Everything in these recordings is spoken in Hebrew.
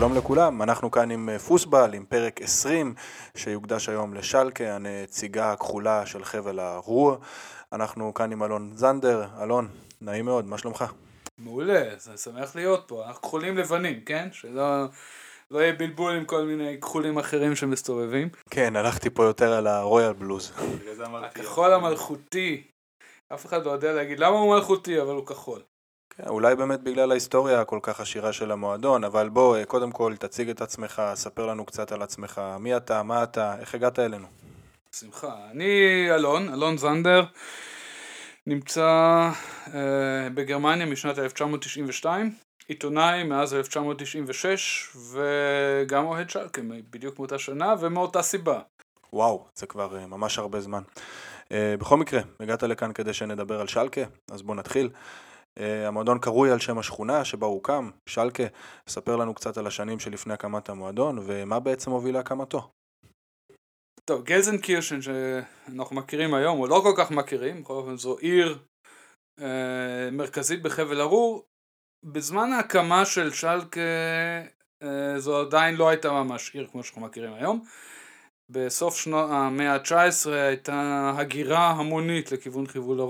שלום לכולם, אנחנו כאן עם פוסבל, עם פרק 20 שיוקדש היום לשלקה, הנציגה הכחולה של חבל הרוע. אנחנו כאן עם אלון זנדר. אלון, נעים מאוד, מה שלומך? מעולה, זה שמח להיות פה, אנחנו כחולים לבנים, כן? שלא יהיה בלבול עם כל מיני כחולים אחרים שמסתובבים. כן, הלכתי פה יותר על הרויאל בלוז. הכחול המלכותי, אף אחד לא יודע להגיד למה הוא מלכותי, אבל הוא כחול. כן, אולי באמת בגלל ההיסטוריה הכל כך עשירה של המועדון, אבל בוא, קודם כל תציג את עצמך, ספר לנו קצת על עצמך, מי אתה, מה אתה, איך הגעת אלינו? שמחה, אני אלון זנדר, נמצא בגרמניה משנת 1992, עיתונאי מאז 1996, וגם אוהד שלקה, בדיוק מאותה שנה ומאותה סיבה. וואו, זה כבר ממש הרבה זמן. בכל מקרה, הגעת לכאן כדי שנדבר על שלקה, אז בוא נתחיל. המועדון קרוי על שם השכונה שבה הוא הוקם, שלקה. ספר לנו קצת על השנים שלפני הקמת המועדון ומה בעצם הוביל להקמתו. טוב, גלזנקירשן שאנחנו מכירים היום, או לא כל כך מכירים, בכל אופן זו עיר מרכזית בחבל הרור. בזמן ההקמה של שלקה זו עדיין לא הייתה ממש עיר כמו שאנחנו מכירים היום. בסוף המאה ה-19 הייתה הגירה המונית לכיוון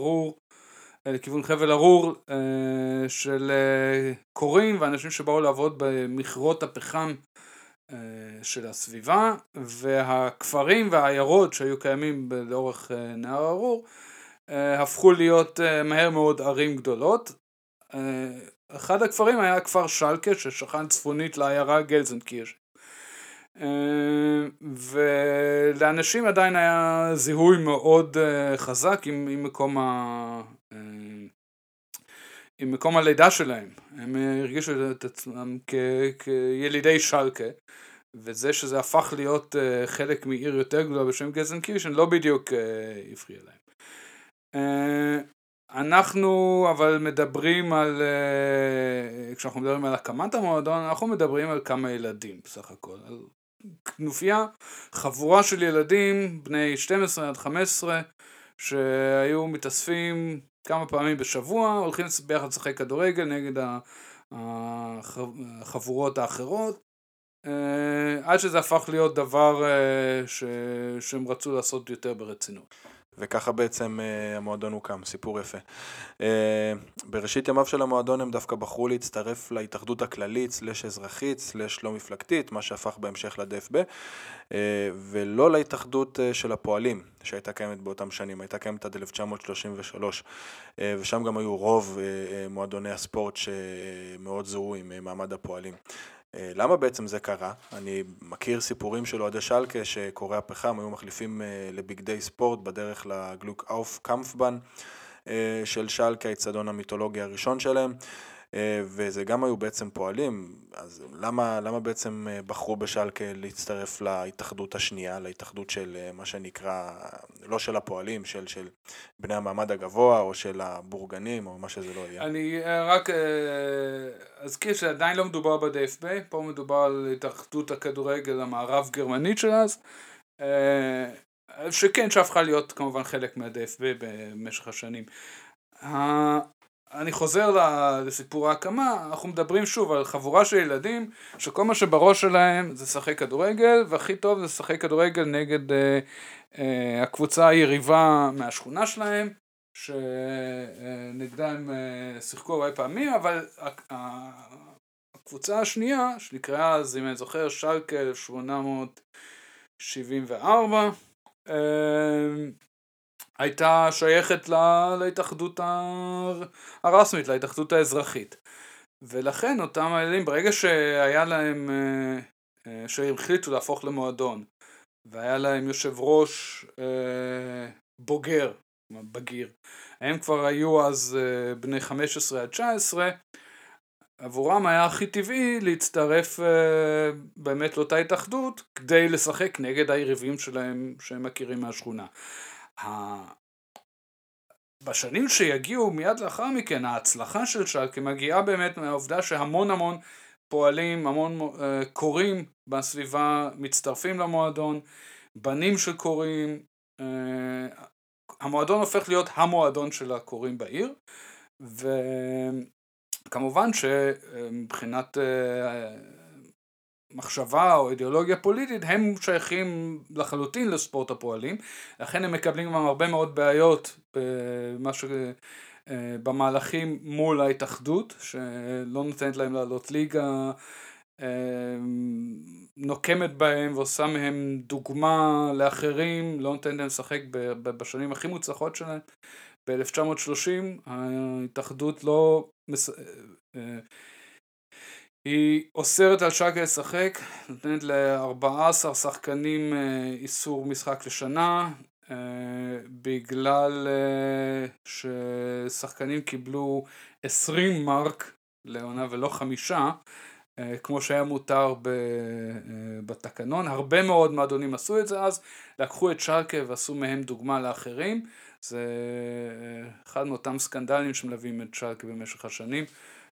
חבל הרור של קוראים ואנשים שבאו לעבוד במכרות הפחם של הסביבה, והכפרים והעיירות שהיו קיימים לאורך נהר הרור הפכו להיות מהר מאוד ערים גדולות. אחד הכפרים היה כפר שלקה ששכן צפונית לעיירה גלזנקירשן, ולאנשים עדיין היה זיהוי מאוד חזק עם מקום הלידה שלהם. הם הרגישו את עצמם כילידי שלקה, וזה שזה הפך להיות חלק מעיר יותר גדולה בשם גלזנקירשן לא בדיוק הפריע להם. אנחנו אבל מדברים על, כשאנחנו מדברים על הקמת המועדון, אנחנו מדברים על כמה ילדים בסך הכל, על כנופיה, חבורה של ילדים בני 12 עד 15 שהיו מתאספים כמה פעמים בשבוע, הולכים ביחד לשחק כדורגל נגד החבורות האחרות, עד שזה הפך להיות דבר שהם רצו לעשות יותר ברצינות. וככה בעצם המועדון הוקם, סיפור יפה. בראשית ימיו של המועדון הם דווקא בחרו להצטרף להתאחדות הכללית, סלש אזרחית, סלש לא מפלגתית, מה שהפך בהמשך לדפב, ולא להתאחדות של הפועלים, שהייתה קיימת באותם שנים, הייתה קיימת עד 1933, ושם גם היו רוב מועדוני הספורט שמאוד זוהו עם מעמד הפועלים. למה בעצם זה קרה? אני מכיר סיפורים של אוהדי שלקה שקוראי הפחם היו מחליפים לבגדי ספורט בדרך לגלוק אוף קמפבן של שלקה, האצטדיון המיתולוגי הראשון שלהם, וזה גם היו בעצם פועלים. אז למה בעצם בחרו בשלקה להצטרף להתאחדות השנייה, להתאחדות של מה שנקרא, לא של הפועלים, של בני המעמד הגבוה או של הבורגנים או מה שזה לא יהיה? אני רק אזכיר שעדיין לא מדובר ב-DFB, פה מדובר על התאחדות הכדורגל המערב גרמנית של אז, שכן שהפכה להיות כמובן חלק מה-DFB במשך השנים. אני חוזר לסיפור ההקמה, אנחנו מדברים שוב על חבורה של ילדים שכל מה שבראש שלהם זה לשחק כדורגל, והכי טוב זה לשחק כדורגל נגד הקבוצה היריבה מהשכונה שלהם, שנגדה הם שיחקו הרבה פעמים, אבל הקבוצה השנייה, שנקראה אז, אם אני זוכר, שלקה 1874, הייתה שייכת להתאחדות הרשמית, להתאחדות האזרחית. ולכן אותם הילדים, ברגע שהיה להם, שהם החליטו להפוך למועדון, והיה להם יושב ראש בוגר, בגיר, הם כבר היו אז בני 15 עד 19, עבורם היה הכי טבעי להצטרף באמת לאותה התאחדות, כדי לשחק נגד היריבים שלהם שהם מכירים מהשכונה. בשנים שיגיעו מיד לאחר מכן, ההצלחה של שלקה מגיעה באמת מהעובדה שהמון פועלים, המון קוראים בסביבה מצטרפים למועדון, בנים של קוראים, המועדון הופך להיות המועדון של הקוראים בעיר, וכמובן שמבחינת מחשבה או אידיאולוגיה פוליטית, הם שייכים לחלוטין לספורט הפועלים, לכן הם מקבלים גם הרבה מאוד בעיות במהלכים מול ההתאחדות, שלא נותנת להם לעלות ליגה, נוקמת בהם ועושה מהם דוגמה לאחרים, לא נותנת להם לשחק בשנים הכי מוצלחות שלהם. ב-1930 ההתאחדות לא היא אוסרת על שלקה לשחק, נותנת ל-14 שחקנים איסור משחק לשנה, בגלל ששחקנים קיבלו 20 מרק לעונה ולא 5, כמו שהיה מותר בתקנון. הרבה מאוד מועדונים עשו את זה אז, לקחו את שלקה ועשו מהם דוגמה לאחרים. זה אחד מאותם סקנדלים שמלווים את שלקה במשך השנים.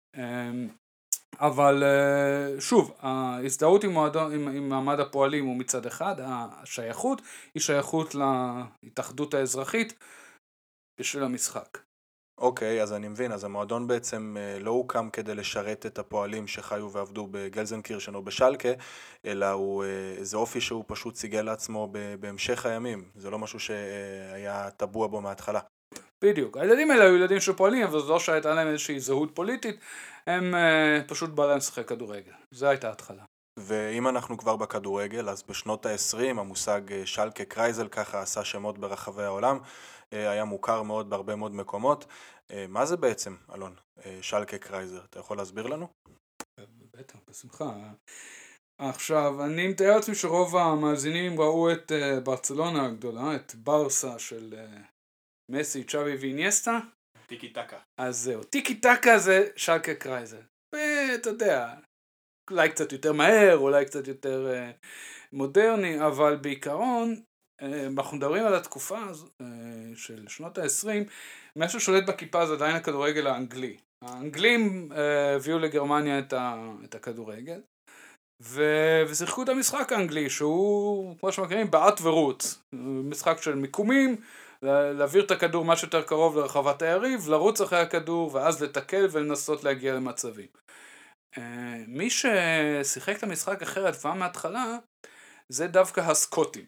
אבל שוב, ההזדהות עם מעמד הפועלים הוא מצד אחד, השייכות היא שייכות להתאחדות האזרחית בשביל המשחק. אוקיי, אז אני מבין, אז המועדון בעצם לא הוקם כדי לשרת את הפועלים שחיו ועבדו בגלזנקירשן או בשלקה, אלא הוא איזה אופי שהוא פשוט סיגל לעצמו בהמשך הימים, זה לא משהו שהיה טבוע בו מההתחלה. בדיוק, הילדים האלה היו ילדים של פועלים, אבל זו שהייתה להם איזושהי זהות פוליטית, הם פשוט בא להם לשחק כדורגל, זו הייתה ההתחלה. ואם אנחנו כבר בכדורגל, אז בשנות ה-20 המושג שלקה קרייזל ככה עשה שמות ברחבי העולם, היה מוכר מאוד בהרבה מאוד מקומות. מה זה בעצם, אלון, שלקה קרייזל? אתה יכול להסביר לנו? בטח, בשמחה. עכשיו, אני מתאר לעצמי שרוב המאזינים ראו את ברצלונה הגדולה, את ברסה של מסי, צ'אבי ואינייסטה. טיקי טקה. אז זהו, טיקי טקה זה שלקה קרייזל. ואתה יודע, אולי קצת יותר מהר, אולי קצת יותר מודרני, אבל בעיקרון, אנחנו מדברים על התקופה של שנות ה-20, מה ששולט בכיפה זה עדיין הכדורגל האנגלי. האנגלים הביאו לגרמניה את הכדורגל, ושיחקו את המשחק האנגלי, שהוא, כמו שמכירים, בעט ורוץ. משחק של מיקומים, להעביר את הכדור מה שיותר קרוב לרחבת היריב, לרוץ אחרי הכדור, ואז לתקל ולנסות להגיע למצבים. מי ששיחק את המשחק אחרת כבר מההתחלה, זה דווקא הסקוטים.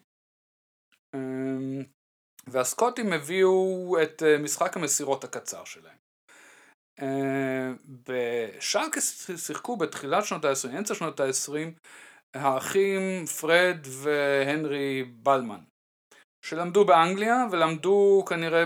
והסקוטים הביאו את משחק המסירות הקצר שלהם. בשלקה שיחקו בתחילת שנות ה-20, אמצע שנות ה-20, האחים פרד והנרי בלמן, שלמדו באנגליה ולמדו כנראה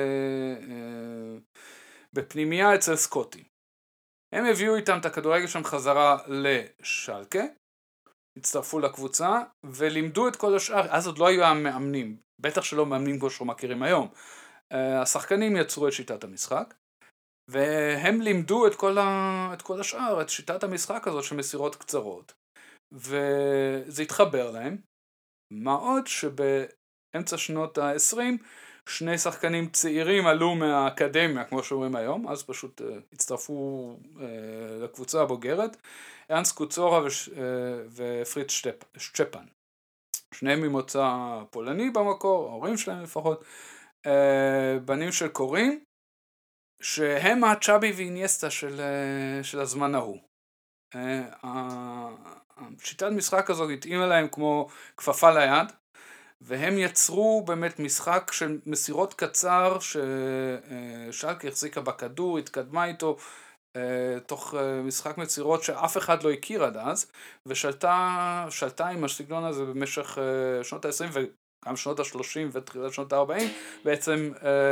בפנימיה אצל סקוטים. הם הביאו איתם את הכדורגל שם חזרה לשלקה, הצטרפו לקבוצה ולימדו את כל השאר. אז עוד לא היו המאמנים, בטח שלא מאמנים כמו שאנחנו מכירים היום. השחקנים יצרו את שיטת המשחק, והם לימדו את כל השאר, את שיטת המשחק הזאת של מסירות קצרות, וזה התחבר להם. מה עוד שבאמצע שנות ה-20 שני שחקנים צעירים עלו מהאקדמיה, כמו שאומרים היום, אז פשוט הצטרפו לקבוצה הבוגרת, ארנסט קוצורה ופריץ שצ'פן. שניהם ממוצא פולני במקור, ההורים שלהם לפחות, בנים של קוראים, שהם הצ'אבי ואינייסטה של הזמן ההוא. שיטת משחק הזאת התאימה להם כמו כפפה ליד, והם יצרו באמת משחק של מסירות קצר, ששלקה החזיקה בכדור, התקדמה איתו, תוך משחק מסירות שאף אחד לא הכיר עד אז, ושלטה עם הסגנון הזה במשך שנות ה-20 וגם שנות ה-30 ותחילת שנות ה-40, בעצם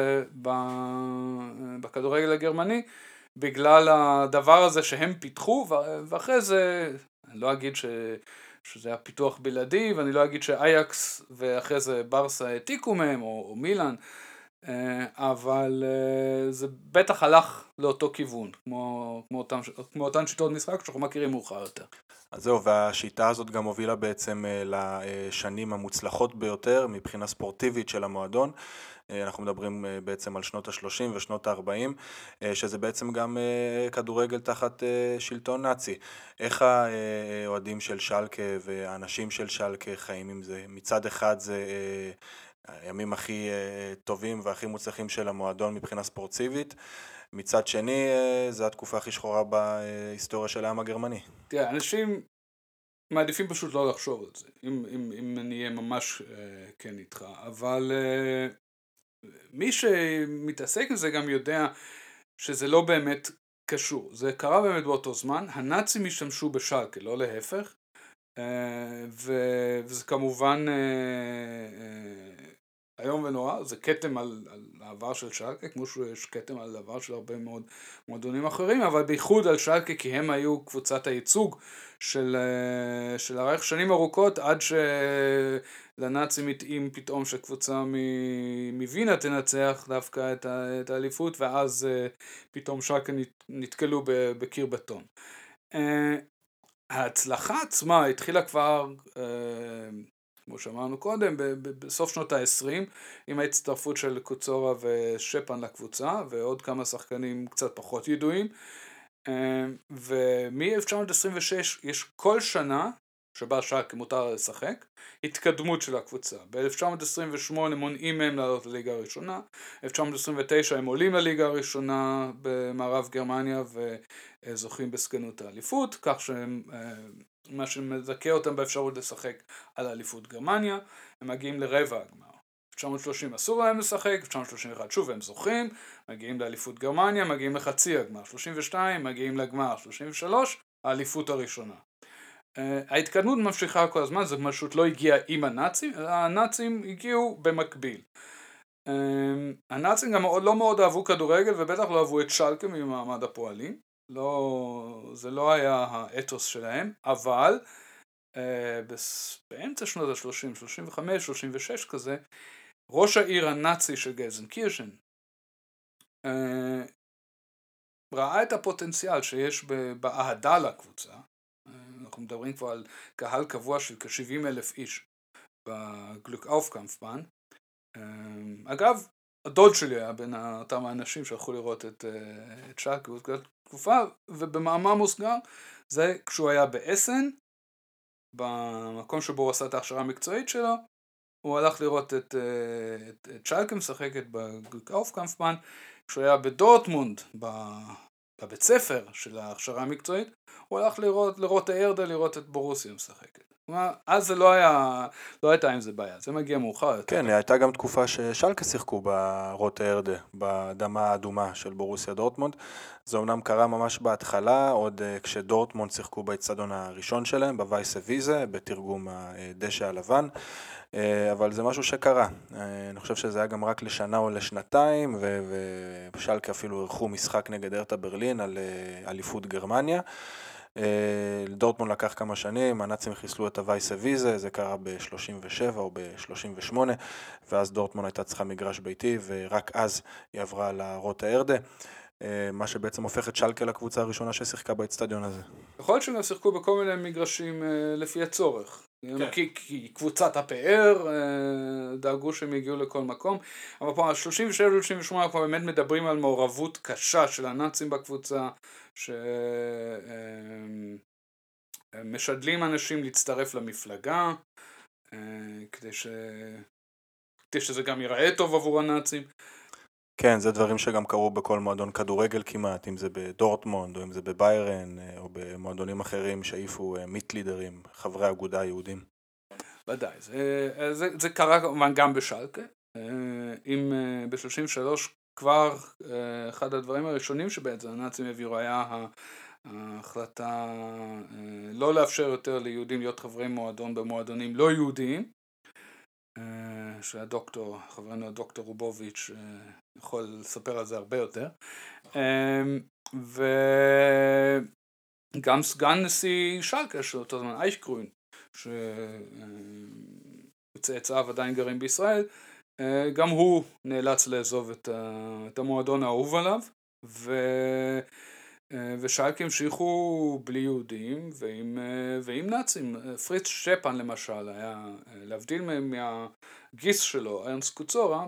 בכדורגל הגרמני, בגלל הדבר הזה שהם פיתחו, ואחרי זה, אני לא אגיד שזה היה פיתוח בלעדי, ואני לא אגיד שאייקס ואחרי זה ברסה העתיקו מהם, או מילאן, אבל זה בטח הלך לאותו כיוון, כמו אותן שיטות משחק שאנחנו מכירים מאוחר יותר. אז זהו, והשיטה הזאת גם הובילה בעצם לשנים המוצלחות ביותר מבחינה ספורטיבית של המועדון. אנחנו מדברים בעצם על שנות ה-30 ושנות ה-40, שזה בעצם גם כדורגל תחת שלטון נאצי. איך האוהדים של שלקה והאנשים של שלקה חיים עם זה? מצד אחד זה הימים הכי טובים והכי מוצלחים של המועדון מבחינה ספורטיבית, מצד שני זה התקופה הכי שחורה בהיסטוריה של העם הגרמני. תראה, אנשים מעדיפים פשוט לא לחשוב על זה, אם אני אהיה ממש כן איתך, אבל מי שמתעסק עם זה גם יודע שזה לא באמת קשור, זה קרה באמת באותו זמן, הנאצים השתמשו בשלקה, לא להפך, וזה כמובן היום ונורא, זה כתם על העבר של שלקה, כמו שיש כתם על העבר של הרבה מאוד מועדונים אחרים, אבל בייחוד על שלקה, כי הם היו קבוצת הייצוג של הרייך שנים ארוכות, עד שלנאצים התאים פתאום שקבוצה מווינה תנצח דווקא את האליפות, ואז פתאום שלקה נתקלו בקיר בטון. ההצלחה עצמה התחילה כבר, כמו שאמרנו קודם, בסוף שנות ה-20, עם ההצטרפות של קוצורה ושפן לקבוצה, ועוד כמה שחקנים קצת פחות ידועים. ומ-1926 יש כל שנה, שבה שלקה מותר לשחק, התקדמות של הקבוצה. ב-1928 מונעים מהם לעלות לליגה הראשונה, 1929 הם עולים לליגה הראשונה במערב גרמניה וזוכים בסגנות האליפות, כך מה שמזכה אותם באפשרות לשחק על האליפות גרמניה, הם מגיעים לרבע הגמר. 1930 אסור להם לשחק, 1931 שוב הם זוכים, מגיעים לאליפות גרמניה, מגיעים לחצי הגמר, 32 מגיעים לגמר, 33 האליפות הראשונה. ההתקדמות ממשיכה כל הזמן, זה פשוט לא הגיע עם הנאצים, הנאצים הגיעו במקביל. הנאצים גם לא מאוד אהבו כדורגל ובטח לא אהבו את שלקה ממעמד הפועלים, זה לא היה האתוס שלהם, אבל באמצע שנות ה-30, 35, 36 כזה, ראש העיר הנאצי של גלזנקירשן ראה את הפוטנציאל שיש באהדה לקבוצה. אנחנו מדברים כבר על קהל קבוע של כ-70,000 איש בגלוקאופקאמפבאן. אגב, הדוד שלי היה בין אותם האנשים שהלכו לראות את שלקה תקופה, ובמאמר מוסגר זה כשהוא היה באסן, במקום שבו הוא עשה את ההכשרה המקצועית שלו, הוא הלך לראות את שלקה משחקת בגלוקאופקאמפבאן. כשהוא היה בדורטמונד, בבית ספר של ההכשרה המקצועית, הוא הלך לראות הארדה, לראות את בורוסיה משחקת. אז זה לא הייתה עם זה בעיה, זה מגיע מאוחר יותר. כן, הייתה גם תקופה ששלקה שיחקו ברוטה ארדה, באדמה האדומה של בורוסיה דורטמונד. זה אומנם קרה ממש בהתחלה, עוד כשדורטמונד שיחקו באצטדיון הראשון שלהם, בווייסה ויזה, בתרגום הדשא הלבן, אבל זה משהו שקרה. אני חושב שזה היה גם רק לשנה או לשנתיים, ושלקה אפילו ערכו משחק נגד הרטה ברלין על אליפות גרמניה. דורטמונד לקח כמה שנים, הנאצים חיסלו את הווייסה ויזה, זה קרה ב-37 או ב-38, ואז דורטמונד הייתה צריכה מגרש ביתי, ורק אז היא עברה לרוטה ארדה, מה שבעצם הופך את שלקה לקבוצה הראשונה ששיחקה באצטדיון הזה. יכול להיות שהם שיחקו בכל מיני מגרשים לפי הצורך, כן. כי קבוצת הפאר דאגו שהם הגיעו לכל מקום, אבל פה 37-38 אנחנו באמת מדברים על מעורבות קשה של הנאצים בקבוצה, שמשדלים אנשים להצטרף למפלגה, כדי שזה גם ייראה טוב עבור הנאצים. כן, זה דברים שגם קרו בכל מועדון כדורגל כמעט, אם זה בדורטמונד או אם זה בביירן או במועדונים אחרים שהעיפו מיטלידרים, חברי אגודה היהודים. ודאי, זה קרה כמובן גם בשלקה. אם ב-33 כבר אחד הדברים הראשונים שבעצם הנאצים העבירו היה ההחלטה לא לאפשר יותר ליהודים להיות חברי מועדון במועדונים לא יהודיים, חברנו הדוקטור רובוביץ' יכול לספר על זה הרבה יותר, וגם סגן נשיא שלקה של אותו זמן, אייכקרוין, שצאצאיו עדיין גרים בישראל, גם הוא נאלץ לעזוב את המועדון האהוב עליו, ושלקה המשיכו בלי יהודים ועם נאצים. פריץ שפן למשל היה, להבדיל מהגיס שלו, ארנסט קוצורה,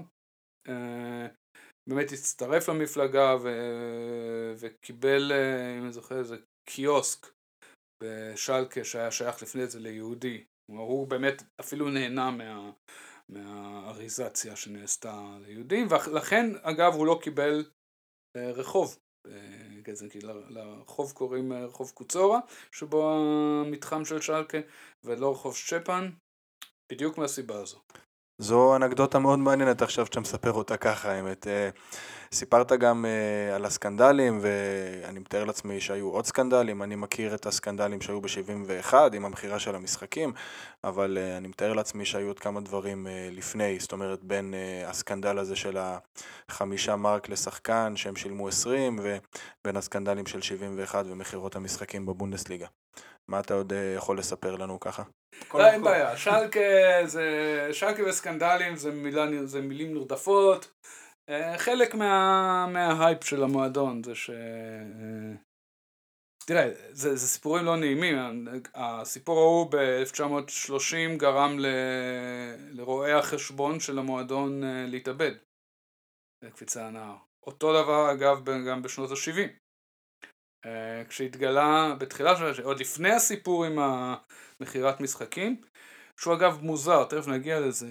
באמת הצטרף למפלגה וקיבל, אם אני זוכר, איזה קיוסק בשלקה שהיה שייך לפני זה ליהודי. הוא באמת אפילו נהנה מהאריזציה שנעשתה ליהודים, ולכן אגב הוא לא קיבל רחוב גלזנקירשן, לרחוב קוראים רחוב קוצורה, שבו המתחם של שלקה, ולא רחוב שצ'פן, בדיוק מהסיבה הזו. זו אנקדוטה מאוד מעניינת עכשיו שאתה מספר אותה ככה, האמת. סיפרת גם על הסקנדלים, ואני מתאר לעצמי שהיו עוד סקנדלים. אני מכיר את הסקנדלים שהיו ב-71 עם המחירה של המשחקים, אבל אני מתאר לעצמי שהיו עוד כמה דברים לפני, זאת אומרת בין הסקנדל הזה של 5 מרק לשחקן שהם שילמו 20, ובין הסקנדלים של 71 ומחירות המשחקים בבונדסליגה. מה אתה עוד יכול לספר לנו ככה? לא, אין בעיה, שלקה וסקנדלים זה מילים נרדפות, חלק מההייפ של המועדון זה תראה, זה סיפורים לא נעימים, הסיפור ההוא ב-1930 גרם לרואי החשבון של המועדון להתאבד, לקפיצה הנהר. אותו דבר אגב גם בשנות ה-70. כשהתגלה בתחילה של עוד לפני הסיפור עם המכירת משחקים, שהוא אגב מוזר, תכף נגיע לזה,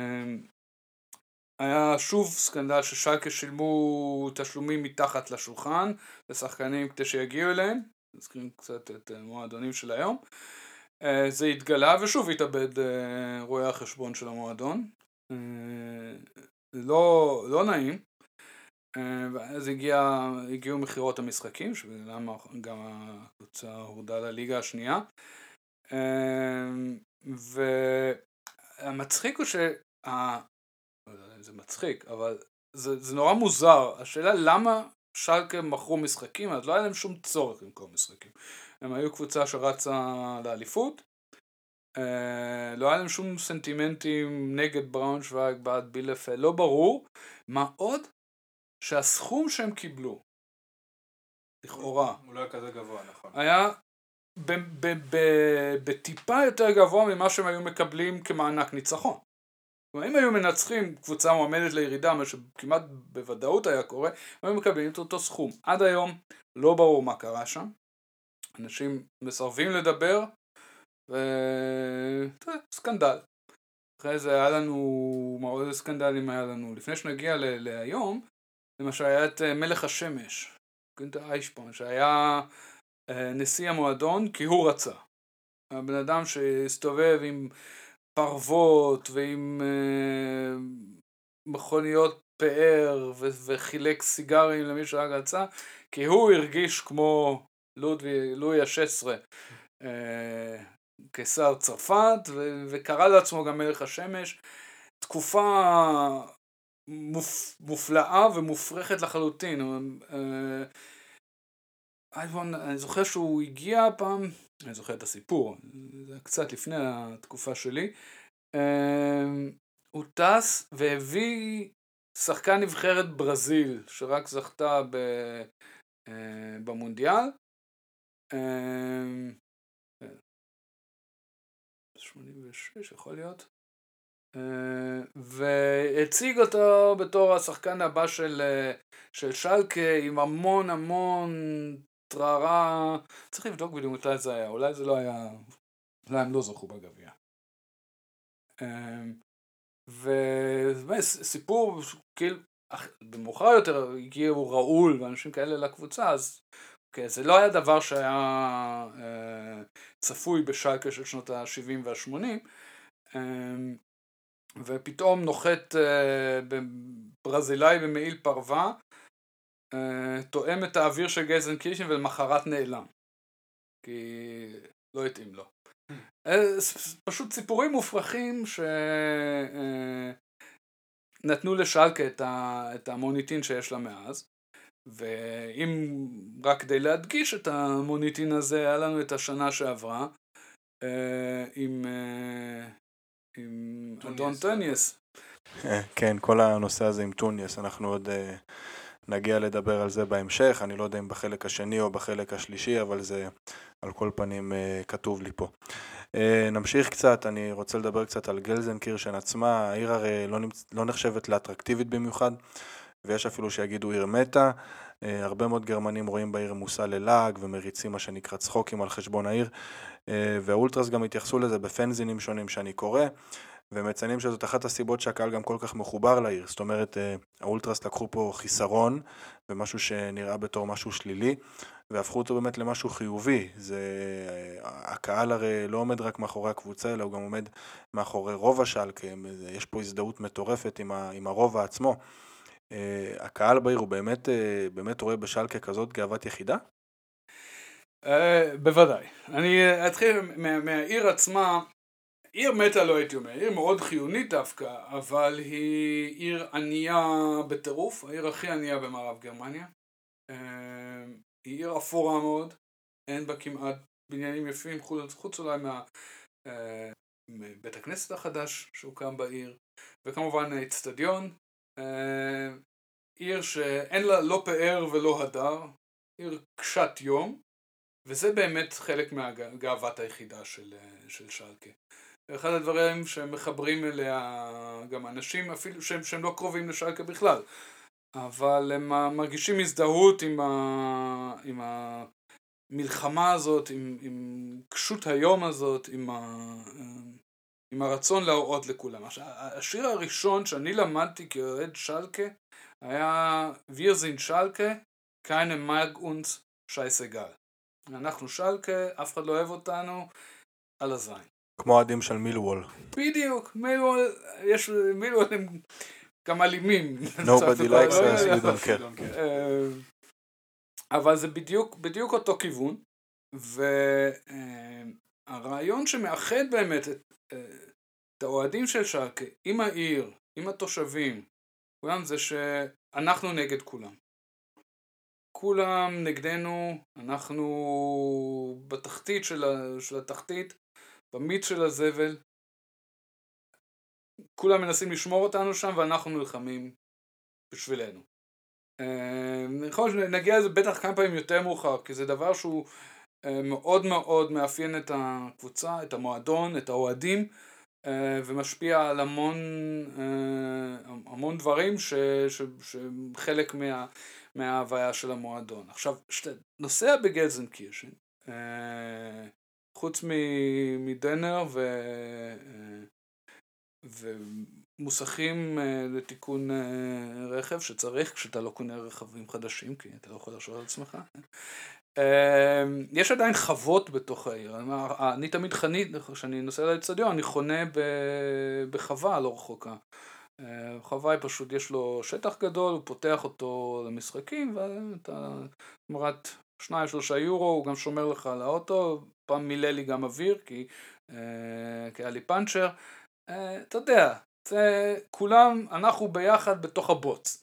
היה שוב סקנדל ששלקה שילמו תשלומים מתחת לשולחן לשחקנים כדי שיגיעו אליהם, נזכירים קצת את המועדונים של היום, זה התגלה ושוב התאבד רואי החשבון של המועדון, לא נעים, ואז הגיעו מחירות המשחקים, שבגללם גם הקבוצה הורדה לליגה השנייה, והמצחיק הוא לא יודע אם זה מצחיק, אבל זה נורא מוזר, השאלה למה שלקה מכרו משחקים, אז לא היה להם שום צורך למכור משחקים, הם היו קבוצה שרצה לאליפות, לא היה להם שום סנטימנטים נגד בראונשוויג, בעד בילפלד, לא ברור, מה עוד? שהסכום שהם קיבלו, לכאורה, הוא לא היה כזה גבוה, נכון. היה בטיפה יותר גבוה ממה שהם היו מקבלים כמענק ניצחון. כלומר, אם היו מנצחים קבוצה מועמדת לירידה, מה שכמעט בוודאות היה קורה, הם היו מקבלים את אותו סכום. עד היום לא ברור מה קרה שם. אנשים מסרבים לדבר, סקנדל. אחרי זה היה לנו, מה עוד סקנדלים היה לנו? לפני שנגיע להיום, למשל היה את מלך השמש, גונטר איישפון, שהיה נשיא המועדון כי הוא רצה. הבן אדם שהסתובב עם פרוות ועם מכוניות פאר וחילק סיגרים למי שרק רצה, כי הוא הרגיש כמו לואי ה-16 קיסר צרפת, וקרא לעצמו גם מלך השמש. תקופה מופלאה ומופרכת לחלוטין. אני זוכר שהוא הגיע פעם, אני זוכר את הסיפור, זה קצת לפני התקופה שלי, הוא טס והביא שחקן נבחרת ברזיל שרק זכתה במונדיאל, 86 יכול להיות, והציג אותו בתור השחקן הבא של שלקה עם המון טררה. צריך לבדוק בדיוק מתי זה היה, אולי זה לא היה, אולי הם לא זכו בגביע. וסיפור כאילו במאוחר יותר הגיעו ראול ואנשים כאלה לקבוצה, אז זה לא היה דבר שהיה צפוי בשלקה של שנות ה-70 וה-80, ופתאום נוחת ברזילאי במעיל פרווה, תואם את האוויר של גלזנקירשן ולמחרת נעלם, כי לא התאים לו. פשוט סיפורים מופרכים שנתנו לשלקה את המוניטין שיש לה מאז, ואם רק כדי להדגיש את המוניטין הזה, היה לנו את השנה שעברה עם אדון טוניס. כן, כל הנושא הזה עם טוניס, אנחנו עוד נגיע לדבר על זה בהמשך, אני לא יודע אם בחלק השני או בחלק השלישי, אבל זה על כל פנים כתוב לי פה. נמשיך קצת, אני רוצה לדבר קצת על גלזנקירשן עצמה. העיר הרי לא נחשבת לאטרקטיבית במיוחד, ויש אפילו שיגידו עיר מתה. הרבה מאוד גרמנים רואים בעיר מושא ללעג ומריצים מה שנקרא צחוקים על חשבון העיר, והאולטרס גם התייחסו לזה בפנזינים שונים שאני קורא, ומציינים שזאת אחת הסיבות שהקהל גם כל כך מחובר לעיר. זאת אומרת, האולטרס לקחו פה חיסרון, ומשהו שנראה בתור משהו שלילי, והפכו אותו באמת למשהו חיובי. הקהל הרי לא עומד רק מאחורי הקבוצה, אלא הוא גם עומד מאחורי רובע שלקה, יש פה הזדהות מטורפת עם הרובע עצמו. הקהל בעיר הוא באמת רואה בשלקה כזאת גאוות יחידה? בוודאי. אני אתחיל מהעיר עצמה. עיר מתה לא הייתי אומר, עיר מאוד חיונית דווקא, אבל היא עיר ענייה בטירוף, העיר הכי ענייה במערב גרמניה. היא עיר אפורה מאוד, אין בה כמעט בניינים יפים, חוץ אולי מבית הכנסת החדש שהוקם בעיר, וכמובן האצטדיון. עיר שאין לה לא פאר ולא הדר, עיר קשת יום, וזה באמת חלק מהגאוות היחידה של שלקה. אחד הדברים שמחברים אליה גם אנשים אפילו שהם לא קרובים לשלקה בכלל, אבל הם מרגישים הזדהות עם המלחמה הזאת, עם קשות היום הזאת, עם הרצון להראות לכולם. השיר הראשון שאני למדתי כאוהד שלקה היה Wir sind Schalke, keine mag uns scheißegal. אנחנו שלקה, אף אחד לא אוהב אותנו, על הזין. כמו עדים של מילוול. בדיוק, מילוול הם גם אלימים. Nobody likes us, we don't care. אבל זה בדיוק אותו כיוון, והרעיון שמאחד באמת את האוהדים של שלקה עם העיר, עם התושבים, כולם זה שאנחנו נגד כולם. כולם נגדנו, אנחנו בתחתית של התחתית, במיץ של הזבל, כולם מנסים לשמור אותנו שם ואנחנו נלחמים בשבילנו. נגיע לזה בטח כמה פעמים יותר מאוחר, כי זה דבר שהוא מאוד מאוד מאפיין את הקבוצה, את המועדון, את האוהדים, ומשפיע על המון דברים שהם חלק מההוויה של המועדון. עכשיו, כשאתה נוסע בגלזנקירשן, חוץ מדנר ומוסכים לתיקון רכב שצריך כשאתה לא קונה רכבים חדשים, כי אתה לא יכול לשאול על עצמך, יש עדיין חוות בתוך העיר. אני תמיד כשאני נוסע לאצטדיון, אני חונה בחווה לא רחוקה. חווה היא פשוט, יש לו שטח גדול, הוא פותח אותו למשחקים, ואתה תמורת 2-3 יורו, הוא גם שומר לך על האוטו, פעם מילא לי גם אוויר, כי היה לי פאנצ'ר. אתה יודע, כולם, אנחנו ביחד בתוך הבוץ.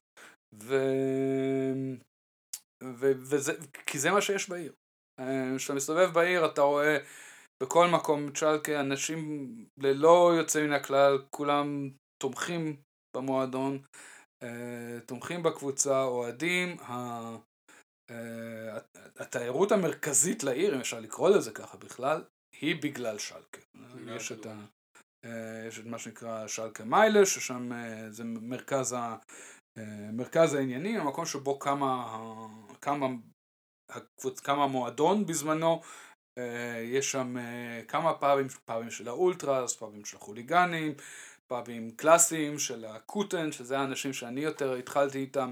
כי זה מה שיש בעיר. כשאתה מסתובב בעיר, אתה רואה בכל מקום צ'לקה, אנשים ללא יוצא מן הכלל, כולם תומכים במועדון, תומכים בקבוצה, אוהדים. התיירות המרכזית לעיר, אם אפשר לקרוא לזה ככה בכלל, היא בגלל שלקה. יש את מה שנקרא שלקה מיילה, ששם זה מרכז העניינים, המקום שבו כמה מועדון בזמנו, יש שם כמה פאבים של האולטרס, פאבים של החוליגנים, פאבים קלאסיים של הקוטן, שזה האנשים שאני יותר התחלתי איתם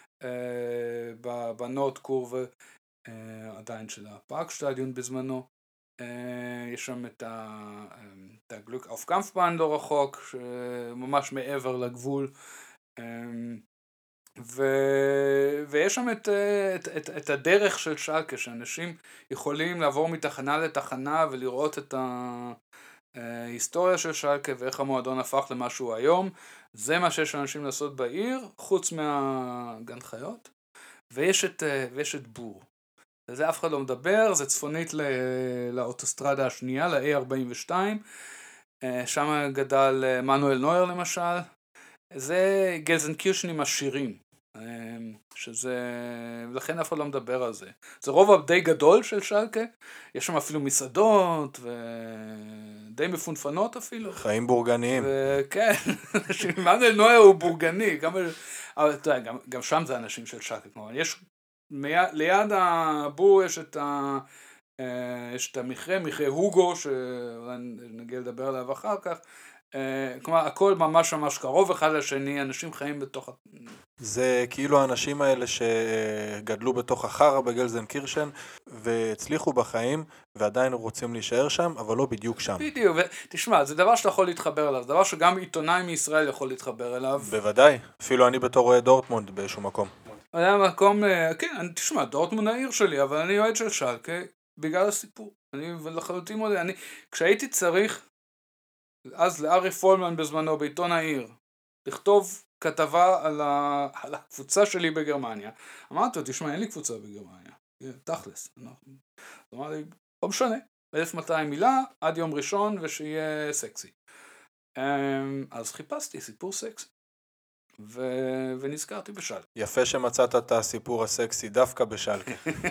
בנורד קורבה, עדיין של הפארק שטדיון בזמנו. יש שם את הגלוק אוף קמפבן לא רחוק, ממש מעבר לגבול, ויש שם את הדרך של שלקה, שאנשים יכולים לעבור מתחנה לתחנה ולראות את ההיסטוריה של שלקה ואיך המועדון הפך למשהו היום. זה מה שיש לאנשים לעשות בעיר, חוץ מהגן חיות, ויש את בור. זה אף אחד לא מדבר, זה צפונית לאוטוסטרדה השנייה, ל-A42, שם גדל מנואל נויר למשל. זה גלזנקירשנים עשירים, ולכן אף אחד לא מדבר על זה. זה רובע די גדול של שלקה, יש שם אפילו מסעדות, ודי מפונפנות אפילו. חיים בורגניים. כן, מנואל נויר הוא בורגני, גם שם זה אנשים של שלקה. יש ליד הבור יש את המכרה הוגו, שאולי נגיע לדבר עליו אחר כך, כלומר, הכל ממש ממש קרוב אחד לשני, אנשים חיים בתוך... זה כאילו האנשים האלה שגדלו בתוך החרה בגלזנקירשן והצליחו בחיים ועדיין רוצים להישאר שם, אבל לא בדיוק שם. בדיוק, ותשמע, זה דבר שאתה יכול להתחבר אליו, זה דבר שגם עיתונאי מישראל יכול להתחבר אליו. בוודאי, אפילו אני בתור אוהד דורטמונד באיזשהו מקום. היה מקום, כן, תשמע, דורטמונד העיר שלי, אבל אני אוהד של שלקה בגלל הסיפור. אני לחלוטין מודה, כשהייתי צריך, אז לארי פולמן בזמנו בעיתון העיר, לכתוב כתבה על הקבוצה שלי בגרמניה, אמרתי לו, תשמע, אין לי קבוצה בגרמניה, תכלס. אמר לי, לא משנה, 1200 מילה עד יום ראשון ושיהיה סקסי. אז חיפשתי סיפור סקסי. ונזכרתי בשלקה. יפה שמצאת את הסיפור הסקסי דווקא בשלקה.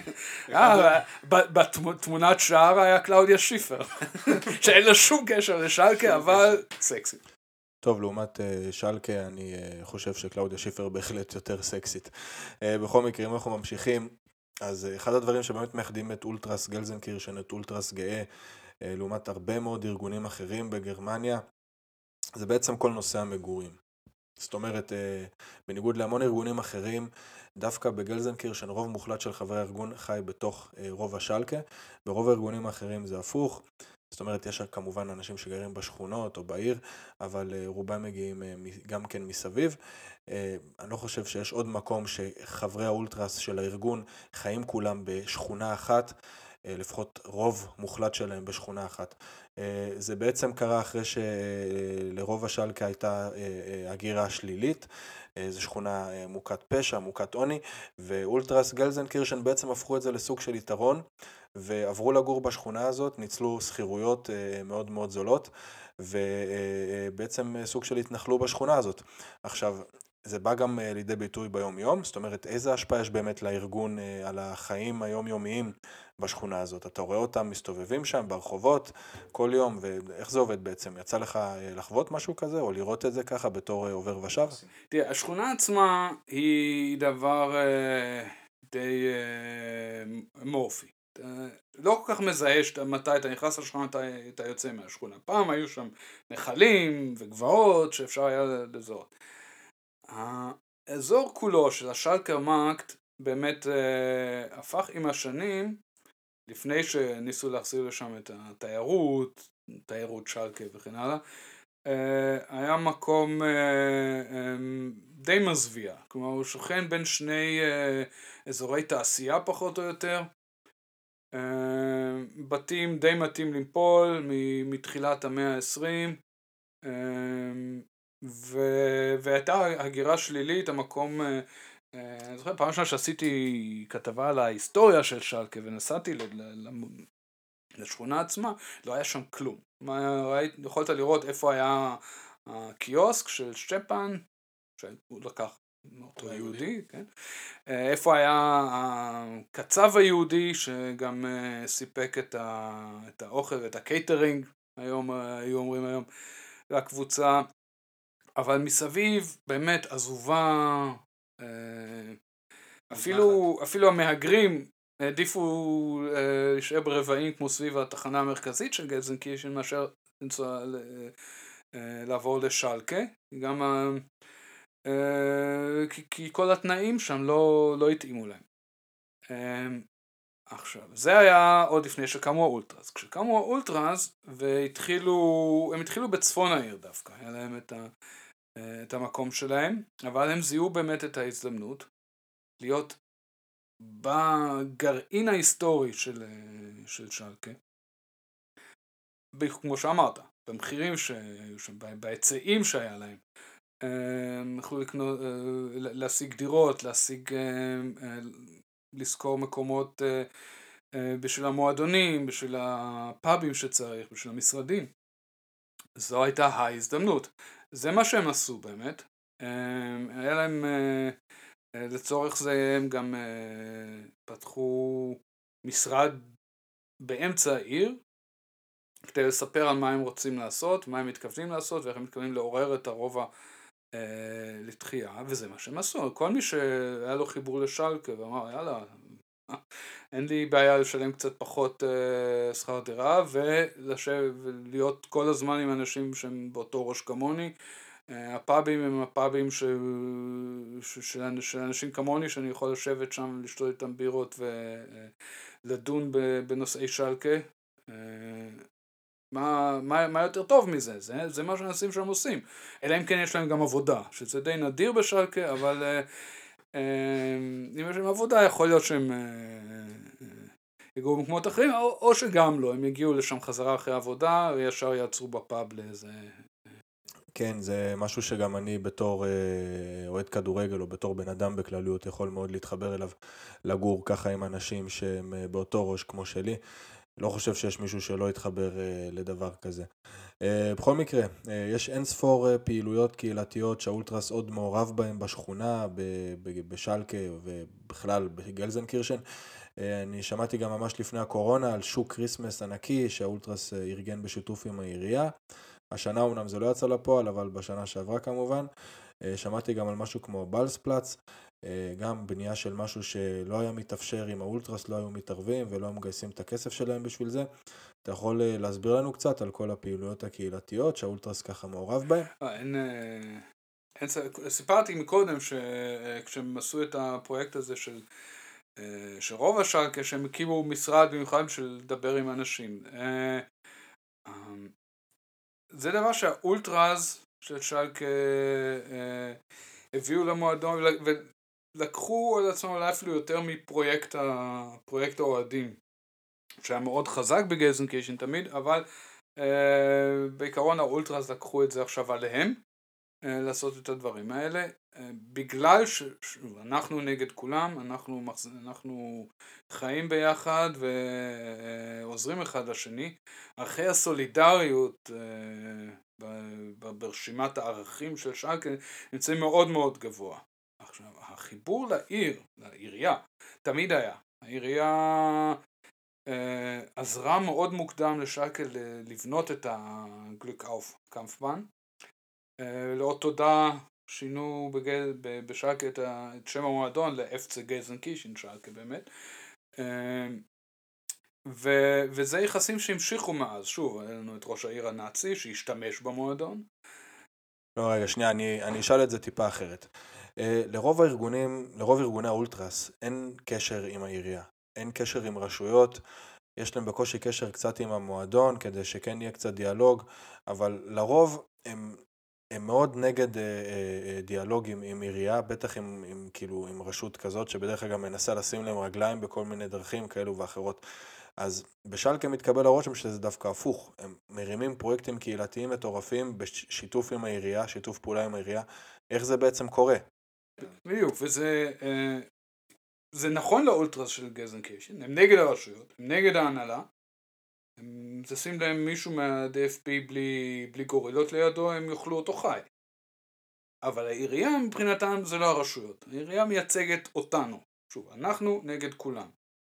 בתמונת שער היה קלאודיה שיפר, שאין לה שום קשר לשלקה, אבל סקסי. טוב, לעומת שלקה, אני חושב שקלאודיה שיפר בהחלט יותר סקסית. בכל מקרה, אם אנחנו ממשיכים, אז אחד הדברים שבאמת מאחדים את אולטרס גלזנקירשן, את אולטרס גאה, לעומת הרבה מאוד ארגונים אחרים בגרמניה, זה בעצם כל נושא המגורים. זאת אומרת, בניגוד להמון ארגונים אחרים, דווקא בגלזנקירשן רוב מוחלט של חברי הארגון חי בתוך רוב השלקה, ברוב הארגונים האחרים זה הפוך. זאת אומרת, יש כמובן אנשים שגרים בשכונות או בעיר, אבל רובם מגיעים גם כן מסביב. אני לא חושב שיש עוד מקום שחברי האולטרס של הארגון חיים כולם בשכונה אחת, לפחות רוב מוחלט שלהם בשכונה אחת. זה בעצם קרה אחרי שלרוב השלקה הייתה הגירה שלילית, זו שכונה מוכת פשע, מוכת עוני, ואולטרס גלזנקירשן בעצם הפכו את זה לסוג של יתרון, ועברו לגור בשכונה הזאת, ניצלו שכירויות מאוד מאוד זולות, ובעצם סוג של התנחלו בשכונה הזאת. עכשיו, זה בא גם לידי ביטוי ביום יום, זאת אומרת, איזה השפעה יש באמת לארגון על החיים היומיומיים בשכונה הזאת? אתה רואה אותם מסתובבים שם ברחובות כל יום, ואיך זה עובד בעצם? יצא לך לחוות משהו כזה, או לראות את זה ככה בתור עובר ושב? תראה, השכונה עצמה היא דבר די מורפי. לא כל כך מזהה מתי אתה נכנס לשכונה, אתה יוצא מהשכונה. פעם היו שם נחלים וגבעות שאפשר היה לזהות. האזור כולו של השלקר מארקט באמת הפך עם השנים, לפני שניסו להחזיר לשם את התיירות, תיירות שלקה וכן הלאה, היה מקום די מזוויע. כלומר, הוא שוכן בין שני אזורי תעשייה פחות או יותר, בתים די מתים ליפול מתחילת המאה ה-20, והייתה הגירה שלילית, המקום, אני זוכר פעם שנה שעשיתי כתבה על ההיסטוריה של שלקה ונסעתי לשכונה עצמה, לא היה שם כלום. יכולת לראות איפה היה הקיוסק של שטפן, שהוא לקח אותו יהודי, כן? איפה היה הקצב היהודי שגם סיפק את האוכל ואת הקייטרינג, היום היו אומרים היום, לקבוצה, אבל מסביב באמת עזובה, אפילו המהגרים העדיפו להישאר ברבעים כמו סביב התחנה המרכזית של גלזנקירשן מאשר לעבור לשלקה, גם כי כל התנאים שם לא התאימו להם. עכשיו, זה היה עוד לפני שקמו האולטרס. כשקמו האולטרס הם התחילו בצפון העיר דווקא, היה להם את המקום שלהם, אבל הם זיהו באמת את ההזדמנות להיות בגרעין ההיסטורי של שלקה, כמו שאמרת, במחירים שהיו שם, בהיצעים שהיה להם, יכלו להשיג דירות, לשכור מקומות בשביל המועדונים, בשביל הפאבים שצריך, בשביל המשרדים. זו הייתה ההזדמנות. זה מה שהם עשו באמת. היה להם, לצורך זה הם גם פתחו משרד באמצע העיר, כדי לספר על מה הם רוצים לעשות, מה הם מתכוונים לעשות, ואיך הם מתכוונים לעורר את הרובע לתחייה, וזה מה שהם עשו. כל מי שהיה לו חיבור לשלקה ואמר, יאללה, אין לי בעיה לשלם קצת פחות שכר דירה ולהיות כל הזמן עם אנשים שהם באותו ראש כמוני. הפאבים הם הפאבים של אנשים כמוני, שאני יכול לשבת שם, לשתות איתם בירות ולדון בנושאי שלקה. מה יותר טוב מזה? זה מה שאנשים שם עושים. אלא אם כן יש להם גם עבודה, שזה די נדיר בשלקה, אבל אם יש להם עבודה, יכול להיות שהם יגעו במקומות אחרים, או שגם לא, הם יגיעו לשם חזרה אחרי עבודה, וישר יעצרו בפאב לאיזה... כן, זה משהו שגם אני בתור אוהד כדורגל או בתור בן אדם בכלליות יכול מאוד להתחבר אליו, לגור ככה עם אנשים שהם באותו ראש כמו שלי. לא חושב שיש מישהו שלא יתחבר לדבר כזה. בכל מקרה, יש אין ספור פעילויות קהילתיות שהאולטרס עוד מעורב בהם בשכונה, בשלקה ובכלל בגלזנקירשן. אני שמעתי גם ממש לפני הקורונה על שוק קריסמס ענקי שהאולטרס ארגן בשיתוף עם העירייה. השנה אומנם זה לא יצא לפועל, אבל בשנה שעברה כמובן. שמעתי גם על משהו כמו בלספלץ, גם בנייה של משהו שלא היה מתאפשר אם האולטרס לא היו מתערבים ולא מגייסים את הכסף שלהם בשביל זה. אתה יכול להסביר לנו קצת על כל הפעילויות הקהילתיות שהאולטרס ככה מעורב בהן? סיפרתי מקודם שכשהם עשו את הפרויקט הזה של רוב השלקה, שהם הקימו משרד במיוחד של לדבר עם אנשים. זה דבר שהאולטרס של שלקה הביאו למועדון ולקחו על עצמם אולי אפילו יותר מפרויקט האוהדים, שהיה מאוד חזק בגלזנקירשן תמיד, אבל בעיקרון האולטרס לקחו את זה עכשיו עליהם, לעשות את הדברים האלה, בגלל שאנחנו נגד כולם, אנחנו חיים ביחד ועוזרים אחד לשני. ערכי הסולידריות ברשימת הערכים של שלקה נמצאים מאוד מאוד גבוה. עכשיו, החיבור לעירייה, תמיד היה. העירייה עזרה מאוד מוקדם לשלקה לבנות את הגלוקאוף קמפבן. לאות תודה שינו בשלקה את שם המועדון ל-FC גלזנקירשן שלקה באמת. וזה יחסים שהמשיכו מאז. שוב, היה לנו את ראש העיר הנאצי שהשתמש במועדון. לא, רגע, שנייה, אני אשאל את זה טיפה אחרת. לרוב ארגוני האולטרס אין קשר עם העירייה, אין קשר עם רשויות, יש להם בקושי קשר קצת עם המועדון כדי שכן יהיה קצת דיאלוג, אבל לרוב הם מאוד נגד דיאלוג עם עירייה, בטח עם רשות כזאת שבדרך כלל גם מנסה לשים להם רגליים בכל מיני דרכים כאלו ואחרות. אז בשלקה מתקבל הרושם שזה דווקא הפוך, הם מרימים פרויקטים קהילתיים מטורפים בשיתוף עם העירייה, שיתוף פעולה עם העירייה. איך זה בעצם קורה? בדיוק, זה נכון לאולטרס של גלזנקירשן, הם נגד הרשויות, הם נגד ההנהלה, הם תשים להם מישהו מה-DFP בלי גורילות לידו, הם יאכלו אותו חי. אבל העירייה מבחינתם זה לא הרשויות, העירייה מייצגת אותנו, שוב, אנחנו נגד כולם.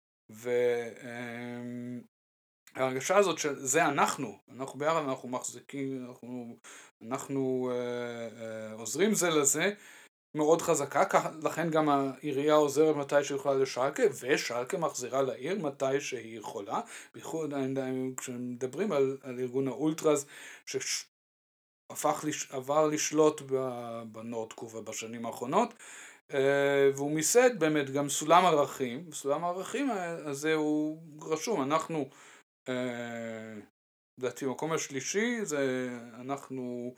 וההרגשה הזאת שזה אנחנו ביחד, אנחנו מחזיקים, אנחנו עוזרים זה לזה, מאוד חזקה, לכן גם העירייה עוזרת מתי שיכולה לשלקה, ושלקה מחזירה לעיר מתי שהיא יכולה, בייחוד כשמדברים על ארגון האולטרס שעבר לשלוט בנורדקו בשנים האחרונות, והוא מיסד באמת גם סולם ערכים, וסולם הערכים הזה הוא רשום, אנחנו לדעתי מקום השלישי, זה אנחנו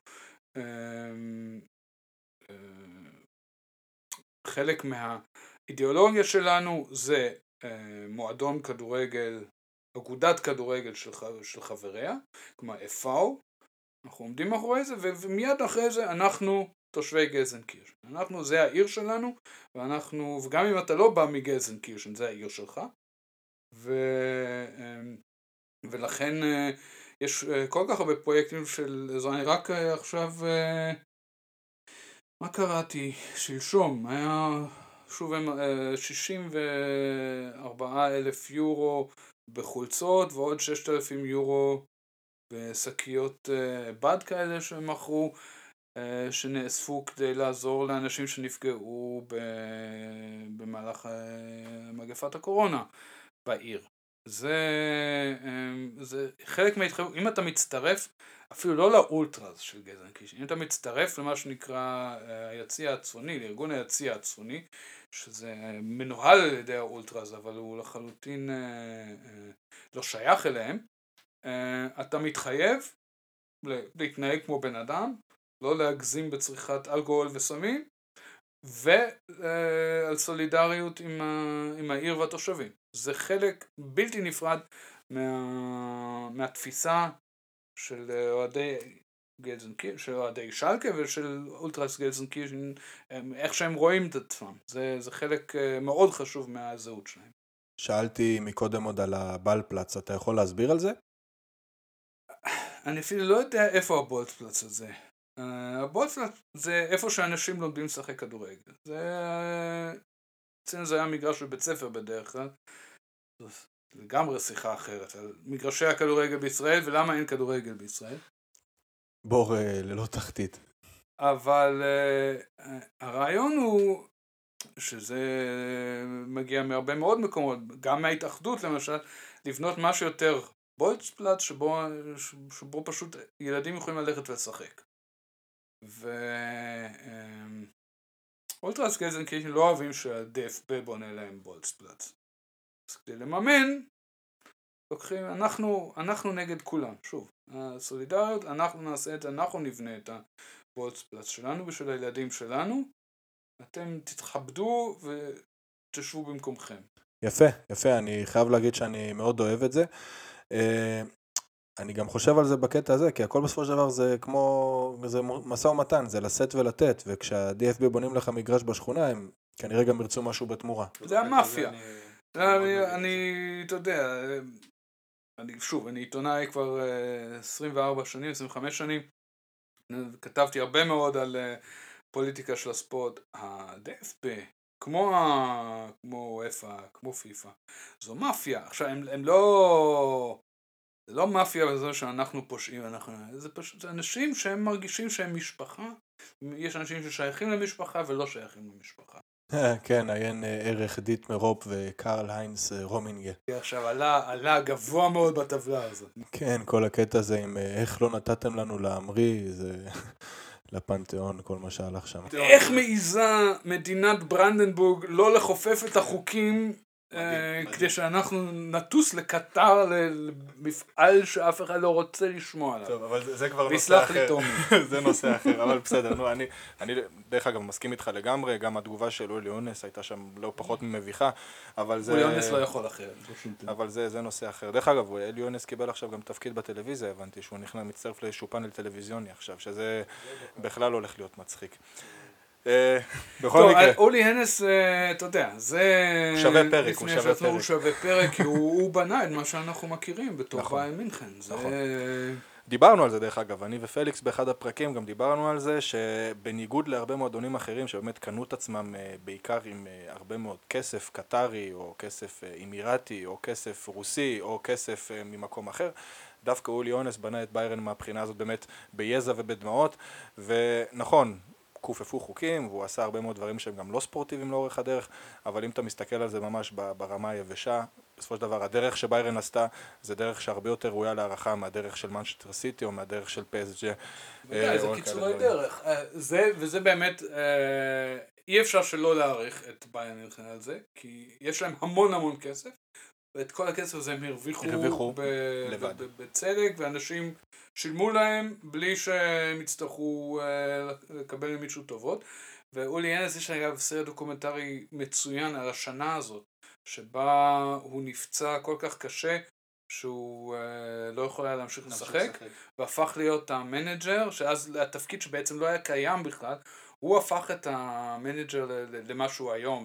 חלק מהאידיאולוגיה שלנו זה מועדון כדורגל, אגודת כדורגל של חבריה, כלומר FAO, אנחנו עומדים מאחורי זה, ומיד אחרי זה אנחנו תושבי גלזנקירשן. זה העיר שלנו, וגם אם אתה לא בא מגלזנקירשן, זה העיר שלך. ולכן יש כל כך הרבה פרויקטים של זה. אני רק עכשיו, מה קראתי? שלשום, היה שוב 64,000 יורו בחולצות, ועוד 6,000 יורו בשקיות בד כאלה שמכרו. שנאספו כדי לעזור לאנשים שנפגעו במהלך מגפת הקורונה בעיר. זה חלק מההתחייבות, אם אתה מצטרף, אפילו לא לאולטרס של גלזנקירשן, אם אתה מצטרף למה שנקרא היציע הצפוני, לארגון היציע הצפוני, שזה מנוהל על ידי האולטרס, אבל הוא לחלוטין לא שייך אליהם, אתה מתחייב להתנהג כמו בן אדם, לא להגזים בצריכת אלכוהול וסמים, ועל סולידריות עם העיר והתושבים. זה חלק בלתי נפרד מהתפיסה של אוהדי שלקה ושל אולטרס גלזנקירשן, איך שהם רואים את עצמם. זה חלק מאוד חשוב מהזהות שלהם. שאלתי מקודם עוד על הבלפלץ, אתה יכול להסביר על זה? אני אפילו לא יודע איפה הבולטפלץ הזה. הבולטפלץ זה איפה שאנשים לומדים לשחק כדורגל. אצלנו זה היה מגרש של בית ספר בדרך כלל. זה לגמרי שיחה אחרת על מגרשי הכדורגל בישראל ולמה אין כדורגל בישראל. בור ללא תחתית. אבל הרעיון הוא שזה מגיע מהרבה מאוד מקומות, גם מההתאחדות למשל, לבנות משהו יותר בולטפלץ שבו פשוט ילדים יכולים ללכת ולשחק. אולטרס גלזנקירשן לא אוהבים שה-DFB בונה להם בולטפלץ. אז כדי לממן, לוקחים, אנחנו נגד כולם, שוב, הסולידריות, אנחנו נעשה את זה, אנחנו נבנה את הבולטפלץ שלנו ושל הילדים שלנו, אתם תתכבדו ותשבו במקומכם. יפה, אני חייב להגיד שאני מאוד אוהב את זה. אני גם חושב על זה בקטע הזה, כי הכל בסופו של דבר זה כמו, זה משא ומתן, זה לשאת ולתת, וכשה-DFB בונים לך מגרש בשכונה, הם כנראה גם ירצו משהו בתמורה. זה המאפיה. אתה יודע, אני עיתונאי כבר 24 שנים, 25 שנים, כתבתי הרבה מאוד על פוליטיקה של הספורט. ה-DFB, כמו UEFA, כמו פיפא, זו מאפיה. עכשיו, הם לא... זה לא מאפיה בזה שאנחנו פושעים, זה פשוט אנשים שהם מרגישים שהם משפחה, יש אנשים ששייכים למשפחה ולא שייכים למשפחה. כן, עיין ערך דיט מרופ וקרל היינס רומינגה. עכשיו עלה גבוה מאוד בטבלה הזאת. כן, כל הקטע הזה עם איך לא נתתם לנו להמריא, זה לפנתיאון, כל מה שהלך שם. איך מעיזה מדינת ברנדנבורג לא לחופף את החוקים כדי שאנחנו נטוס לקטר למפעל שאף אחד לא רוצה לשמוע עליו. טוב, אבל זה כבר נושא אחר. זה נושא אחר, אבל בסדר. נו, אני דרך אגב מסכים איתך לגמרי, גם התגובה של אולי יונס הייתה שם לא פחות ממביכה, אבל זה... אולי יונס לא יכול אחרת. אבל זה נושא אחר. דרך אגב, אולי יונס קיבל עכשיו גם תפקיד בטלוויזיה, הבנתי שהוא מצטרף לאיזשהו פאנל טלוויזיוני עכשיו, שזה בכלל הולך להיות מצחיק. בכל מקרה. אולי הנס, אתה יודע, זה... שווה פרק, הוא שווה פרק, כי הוא בנה את מה שאנחנו מכירים בתור ביירן מינכן. נכון. דיברנו על זה דרך אגב, אני ופליקס באחד הפרקים גם דיברנו על זה, שבניגוד להרבה מועדונים אחרים שבאמת קנו את עצמם בעיקר עם הרבה מאוד כסף קטרי, או כסף אמירתי, או כסף רוסי, או כסף ממקום אחר, דווקא אולי יונס בנה את ביירן מהבחינה הזאת באמת ביזע ובדמעות, ונכון, כופפו חוקים, והוא עשה הרבה מאוד דברים שהם גם לא ספורטיביים לאורך הדרך, אבל אם אתה מסתכל על זה ממש ברמה היבשה, בסופו של דבר, הדרך שביירן עשתה, זה דרך שהרבה יותר ראויה להערכה מהדרך של מנצ'סטר סיטי, או מהדרך של PSG. זה קיצורי דרך. וזה באמת, אי אפשר שלא להעריך את ביירן מינכן על זה, כי יש להם המון כסף, ואת כל הכסף הזה הם הרוויחו בצדק, ואנשים שילמו להם בלי שהם יצטרכו לקבל למישהו טובות. ואולי אנס יש אגב סרט דוקומנטרי מצוין על השנה הזאת, שבה הוא נפצע כל כך קשה שהוא לא יכול היה להמשיך לשחק, והפך להיות המנג'ר, שאז התפקיד שבעצם לא היה קיים בכלל, הוא הפך את המנג'ר למשהו היום.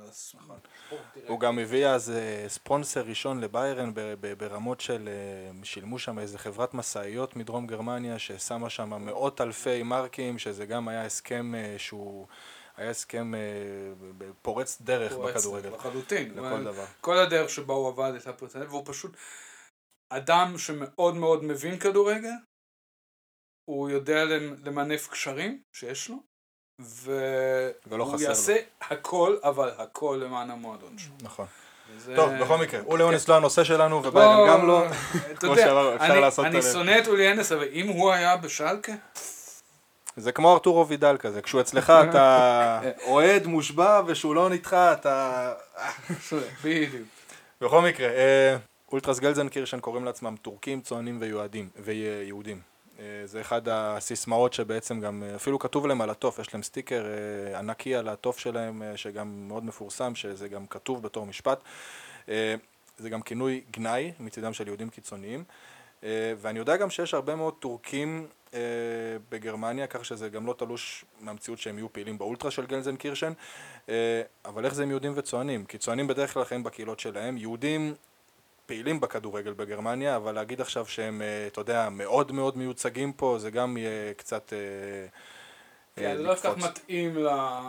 הוא גם הביא אז ספונסר ראשון לביירן ברמות של, שילמו שם איזה חברת מסעיות מדרום גרמניה ששמה שם מאות אלפי מרקים, שזה גם היה הסכם שהוא היה הסכם פורץ דרך בכדורגל. לחלוטין. לכל דבר. כל הדרך שבה הוא עבד את הפרטנט, והוא פשוט אדם שמאוד מאוד מבין כדורגל, הוא יודע למנף קשרים שיש לו, והוא יעשה הכל, אבל הכל למען המועדון שלו. נכון. טוב, בכל מקרה, אולי אונס לא הנושא שלנו, וביירן גם לא. אתה יודע, אני שונא את אולי אונס, אבל אם הוא היה בשלקה... זה כמו ארתורו וידל כזה, כשהוא אצלך אתה אוהד מושבע, ושהוא לא איתך אתה... בדיוק. בכל מקרה, אולטרס גלזנקירשן קוראים לעצמם טורקים, צוענים ויהודים. זה אחד הסיסמאות שבעצם גם אפילו כתוב להם על התוף, יש להם סטיקר ענקי על התוף שלהם שגם מאוד מפורסם, שזה גם כתוב בתור משפט. זה גם כינוי גנאי מצדם של יהודים קיצוניים, ואני יודע גם שיש הרבה מאוד טורקים בגרמניה, כך שזה גם לא תלוש מהמציאות שהם יהיו פעילים באולטרה של גלזנקירשן, אבל איך זה הם יהודים וצוענים? כי צוענים בדרך כלל חיים בקהילות שלהם, יהודים פעילים בכדורגל בגרמניה, אבל להגיד עכשיו שהם, אתה יודע, מאוד מאוד מיוצגים פה, זה גם יהיה קצת כן, זה לא כך מתאים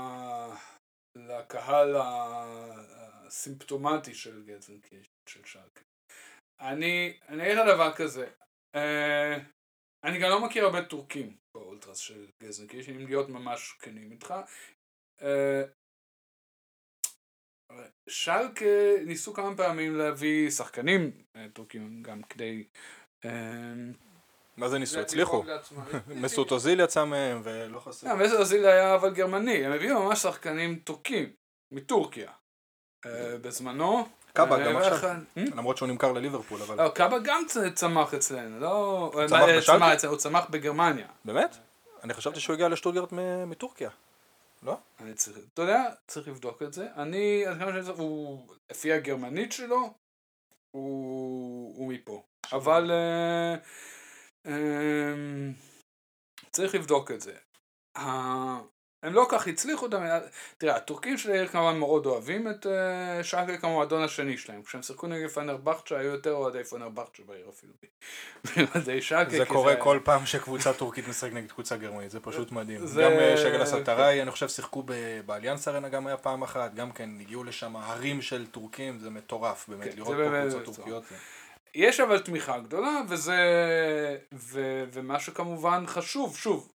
לקהל הסימפטומטי של גלזנקירשן, של שלקה. אני אגיד דבר כזה, אני גם לא מכיר הרבה טורקים באולטרס של גלזנקירשן, אם להיות ממש כנים איתך. שלקה ניסו כמה פעמים להביא שחקנים טורקים גם כדי... מה זה ניסו? הצליחו? מסות אוזיל יצא מהם ולא חסר. מסות אוזיל היה אבל גרמני, הם הביאו ממש שחקנים טורקים, מטורקיה. בזמנו... קאבה גם עכשיו, למרות שהוא נמכר לליברפול, אבל... לא, קאבה גם צמח אצלנו, לא... צמח בשלקה? הוא צמח בגרמניה. באמת? אני חשבתי שהוא הגיע לשטוטגרט מטורקיה. לא? אתה יודע, צריך לבדוק את זה. לפי הגרמנית שלו, הוא מפה. אבל צריך לבדוק את זה. הם לא כך הצליחו אותם. תראה, הטורקים של העיר כמובן מאוד אוהבים את שלקה כמועדון השני שלהם. כשהם שיחקו נגד פנרבחצ'ה, היו יותר אוהדי פנרבחצ'ה בעיר אפילו. זה קורה כל פעם שקבוצה טורקית משחק נגד קבוצה גרמנית, זה פשוט מדהים. גם שגל הסטראי, אני חושב, שיחקו באליאנס ארנה גם היה פעם אחת, גם כן הגיעו לשם הרים של טורקים, זה מטורף באמת, לראות פה קבוצות טורקיות. יש אבל תמיכה גדולה, ומה שכמובן חשוב, שוב,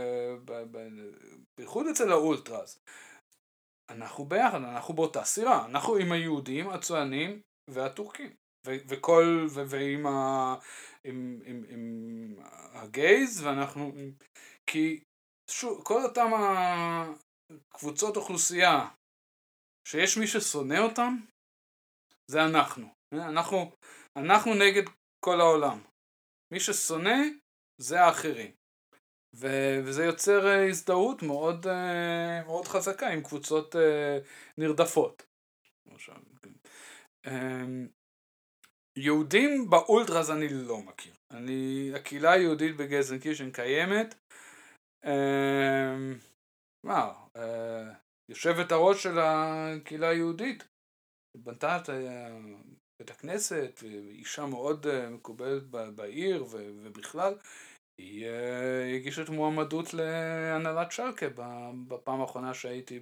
בייחוד אצל האולטרס, אנחנו ביחד, אנחנו באותה סירה, אנחנו עם היהודים, הצוענים והטורקים, ועם הגייז, ואנחנו, כי שוב, כל אותם הקבוצות אוכלוסייה, שיש מי ששונא אותם, זה אנחנו נגד כל העולם. מי ששונא זה האחרים. וזה יוצר הזדהות מאוד, מאוד חזקה עם קבוצות נרדפות. יהודים באולטרס אני לא מכיר. הקהילה היהודית בגלזנקירשן קיימת. יושבת הראש של הקהילה היהודית בנתה את בית הכנסת, אישה מאוד מקובלת בעיר ובכלל. היא הגישה את מועמדות להנהלת שלקה בפעם האחרונה שהייתי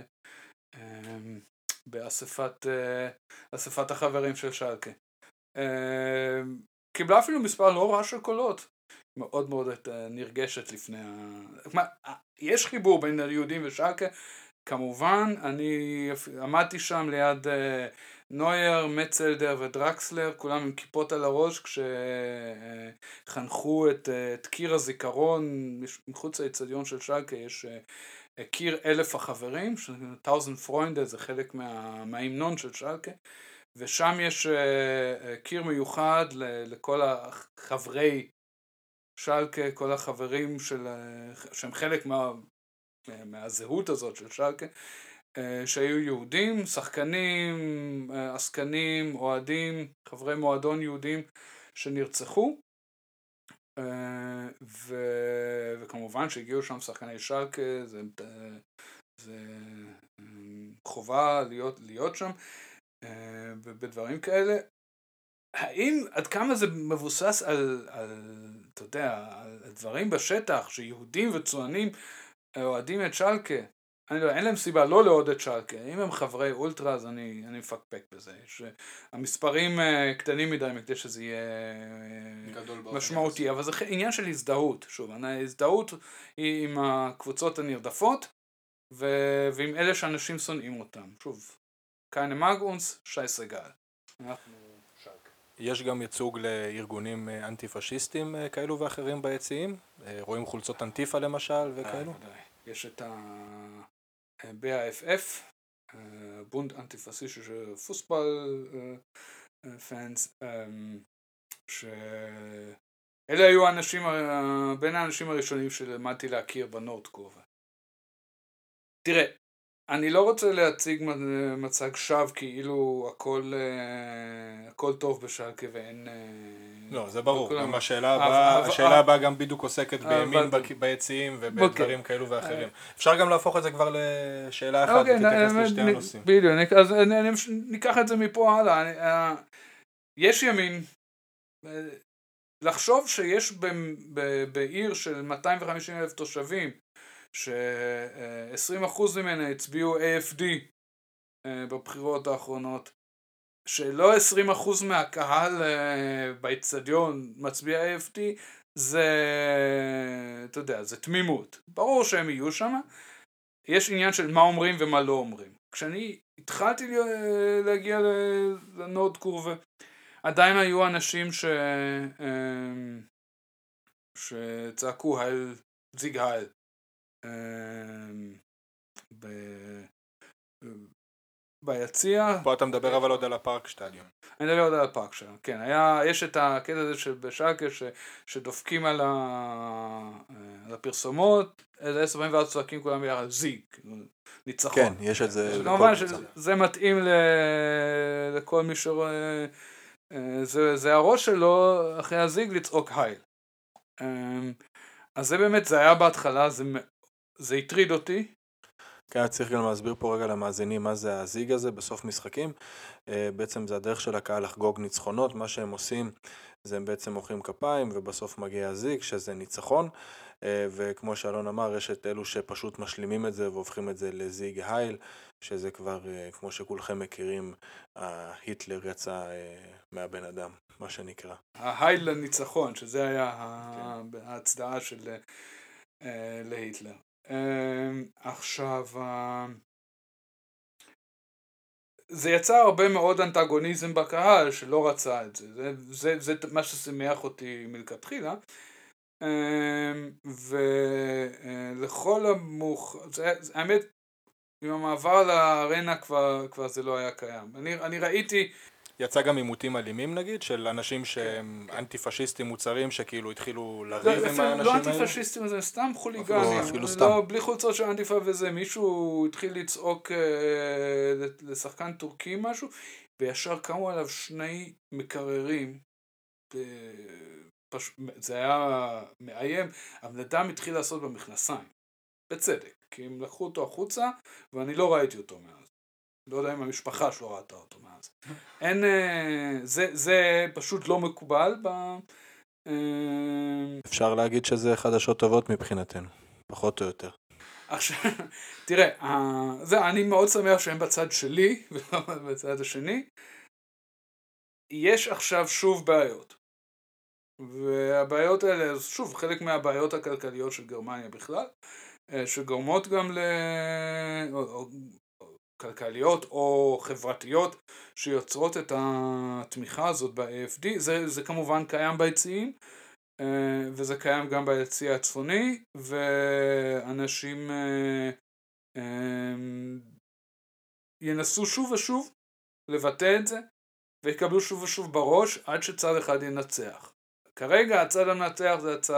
באספת החברים של שלקה. קיבלה אפילו מספר לא רע של קולות. מאוד מאוד נרגשת לפני יש חיבור בין היהודים ושלקה. כמובן, אני עמדתי שם ליד נויר, מצלדר ודרקסלר, כולם עם כיפות על הראש, כשחנכו את קיר הזיכרון, מחוץ לאצטדיון של שלקה יש קיר 1000 החברים, 1000 פרוינדה, זה חלק מההמנון של שלקה, ושם יש קיר מיוחד לכל החברי שלקה, כל החברים שהם חלק מהזהות הזאת של שלקה, שהיו יהודים, שחקנים, עסקנים, אוהדים, חברי מועדון יהודים שנרצחו, וכמובן שהגיעו שם שחקני שלקה, זה חובה להיות שם, ובדברים כאלה. עד כמה זה מבוסס על אתה יודע, על דברים בשטח, שיהודים וצוענים אוהדים את שלקה, אני לא, אין להם סיבה לא לעודד שלקה, אם הם חברי אולטרה אז אני מפקפק בזה, המספרים קטנים מדי מכדי שזה יהיה משמעותי, אבל זה עניין של הזדהות, שוב, ההזדהות היא עם הקבוצות הנרדפות, ועם אלה שאנשים שונאים אותם, שוב, keine mag uns, scheißegal. יש גם ייצוג לארגונים אנטי-פשיסטים כאלו ואחרים ביציעים? רואים חולצות אנטיפה למשל וכאלו? יש את ה-BAFF, בונד אנטי-פשיסטische פוסבל פאנס, שאלה היו האנשים, בין האנשים הראשונים שלמדתי להכיר בנורדקורבה. תראה, אני לא רוצה להציג מצג שווא כאילו הכל טוב בשלקה ואין... לא, זה ברור, גם השאלה הבאה גם בדיוק עוסקת בימין ביציעים ובדברים כאלו ואחרים. אפשר גם להפוך את זה כבר לשאלה אחת, תתייחס לשתי הנושאים. בדיוק, אז ניקח את זה מפה הלאה. יש ימין, לחשוב שיש בעיר של 250,000 תושבים, ש20% ממנה הצביעו AFD בבחירות האחרונות, שלא 20% מהקהל באצטדיון מצביע AFD, זה, אתה יודע, זה תמימות. ברור שהם יהיו שם. יש עניין של מה אומרים ומה לא אומרים. כשאני התחלתי להגיע לנורדקורבה, עדיין היו אנשים שצעקו הייל, זיג הייל. ביציע. פה אתה מדבר אבל עוד על הפארק שטדיון. אני מדבר עוד על הפארק שטדיון, כן. יש את הקטע הזה שבשלקה שדופקים על הפרסומות, איזה 10 פעמים ואז צועקים כולם ביחד, זיג, ניצחון. כן, יש את זה. כמובן שזה מתאים לכל מי שרואה, זה הראש שלו אחרי הזיג לצעוק הייל. אז זה באמת, זה היה בהתחלה, זה הטריד אותי. כן, צריך גם להסביר פה רגע למאזינים מה זה הזיג הזה בסוף משחקים. בעצם זה הדרך של הקהל לחגוג ניצחונות, מה שהם עושים זה הם בעצם מוחאים כפיים ובסוף מגיע הזיג שזה ניצחון, וכמו שאלון אמר יש את אלו שפשוט משלימים את זה והופכים את זה לזיג הייל, שזה כבר כמו שכולכם מכירים, היטלר יצא מהבן אדם, מה שנקרא. ההייל לניצחון, שזה היה ההצדעה של להיטלר. עכשיו, זה יצר הרבה מאוד אנטגוניזם בקהל שלא רצה את זה. זה מה ששימח אותי מלכתחילה. ולכל האמת, עם המעבר לארנה כבר זה לא היה קיים. אני ראיתי... יצא גם עימותים אלימים נגיד, של אנשים שהם אנטי-פשיסטים מוצרים שכאילו התחילו לריב עם האנשים האלה? לא אנטי-פשיסטים, זה סתם חוליגנים. לא, בלי חולצות של אנטיפה וזה, מישהו התחיל לצעוק לשחקן טורקי משהו, וישר קמו עליו שני מקררים. זה היה מאיים, אבל אדם התחיל לעשות במכנסיים. בצדק, כי הם לקחו אותו החוצה, ואני לא ראיתי אותו מאז. לא יודע אם המשפחה שלו ראתה אותו מאז. אין, זה פשוט לא מקובל. אפשר להגיד שזה חדשות טובות מבחינתנו, פחות או יותר. עכשיו, תראה, אני מאוד שמח שהם בצד שלי, ולא בצד השני. יש עכשיו שוב בעיות. והבעיות האלה, שוב, חלק מהבעיות הכלכליות של גרמניה בכלל, שגורמות גם כלכליות או חברתיות שיוצרות את התמיכה הזאת ב-AFD. זה כמובן קיים ביציעים, וזה קיים גם ביציע הצפוני, ואנשים ינסו שוב ושוב לבטא את זה, ויקבלו שוב ושוב בראש עד שצד אחד ינצח. כרגע הצד המנצח זה הצד